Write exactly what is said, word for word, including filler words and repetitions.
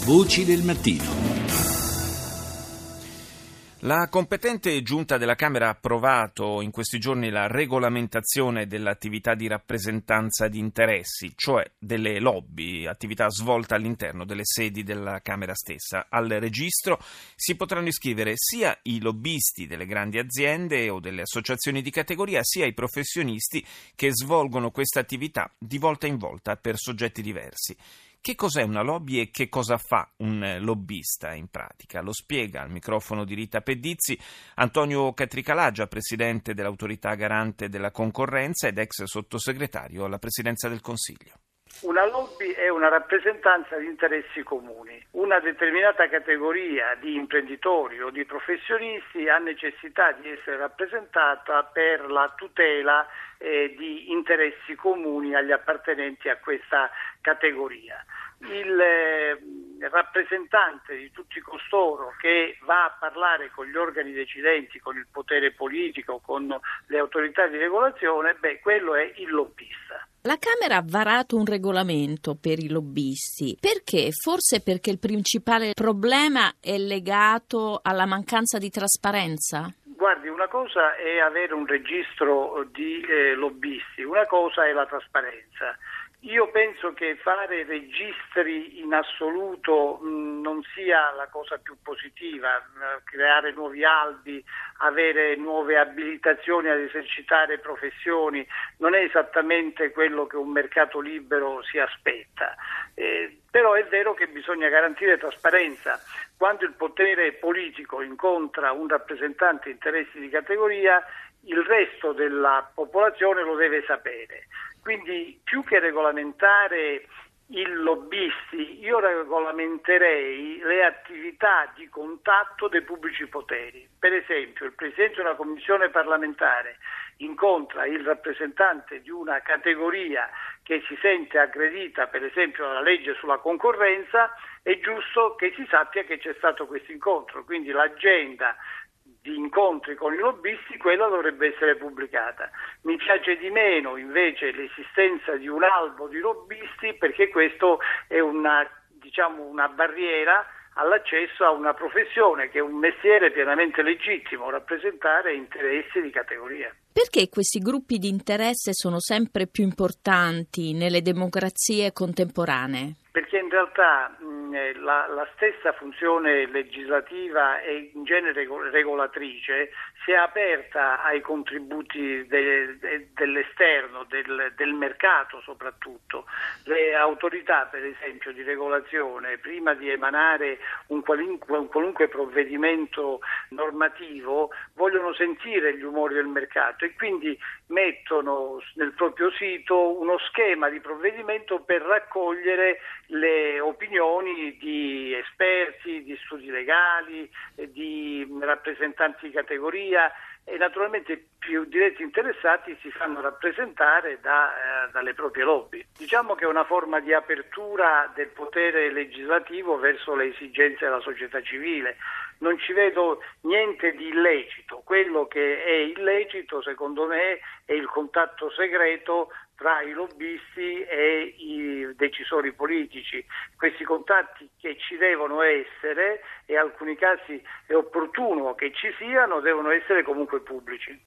Voci del mattino. La competente giunta della Camera ha approvato in questi giorni la regolamentazione dell'attività di rappresentanza di interessi, cioè delle lobby, attività svolta all'interno delle sedi della Camera stessa. Al registro si potranno iscrivere sia i lobbisti delle grandi aziende o delle associazioni di categoria, sia i professionisti che svolgono questa attività di volta in volta per soggetti diversi. Che cos'è una lobby e che cosa fa un lobbista in pratica? Lo spiega al microfono di Rita Pedizzi Antonio Catricalagia, presidente dell'Autorità Garante della Concorrenza ed ex sottosegretario alla Presidenza del Consiglio. Una lobby è una rappresentanza di interessi comuni. Una determinata categoria di imprenditori o di professionisti ha necessità di essere rappresentata per la tutela eh, di interessi comuni agli appartenenti a questa categoria. Il eh, rappresentante di tutti costoro che va a parlare con gli organi decidenti, con il potere politico, con le autorità di regolazione, beh, quello è il lobbista. La Camera ha varato un regolamento per i lobbisti. Perché? Forse perché il principale problema è legato alla mancanza di trasparenza? Guardi, una cosa è avere un registro di eh, lobbisti, una cosa è la trasparenza. Io penso che fare registri in assoluto mh, non sia la cosa più positiva, eh, creare nuovi albi, avere nuove abilitazioni ad esercitare professioni, non è esattamente quello che un mercato libero si aspetta. Eh, però è vero che bisogna garantire trasparenza. Quando il potere politico incontra un rappresentante di interessi di categoria, il resto della popolazione lo deve sapere. Quindi più che regolamentare i lobbisti, io regolamenterei le attività di contatto dei pubblici poteri. Per esempio, il Presidente di una commissione parlamentare incontra il rappresentante di una categoria che si sente aggredita, per esempio dalla legge sulla concorrenza, è giusto che si sappia che c'è stato questo incontro, quindi l'agenda di incontri con i lobbisti, quella dovrebbe essere pubblicata. Mi piace di meno invece l'esistenza di un albo di lobbisti, perché questo è una, diciamo, una barriera all'accesso a una professione che è un mestiere pienamente legittimo, rappresentare interessi di categoria. Perché questi gruppi di interesse sono sempre più importanti nelle democrazie contemporanee? Perché in realtà mh, la, la stessa funzione legislativa e in genere regolatrice si è aperta ai contributi de, de, dell'esterno, del, del mercato soprattutto. Le autorità, per esempio, di regolazione, prima di emanare un qualunque, un qualunque provvedimento normativo, vogliono sentire gli umori del mercato e quindi mettono nel proprio sito uno schema di provvedimento per raccogliere le opinioni di esperti, di studi legali, di rappresentanti di categoria e naturalmente i più diretti interessati si fanno rappresentare da, eh, dalle proprie lobby. Diciamo che è una forma di apertura del potere legislativo verso le esigenze della società civile. Non ci vedo niente di illecito. Quello che è illecito, secondo me, è il contatto segreto tra i lobbisti e i decisori politici. Questi contatti che ci devono essere, e in alcuni casi è opportuno che ci siano, devono essere comunque pubblici.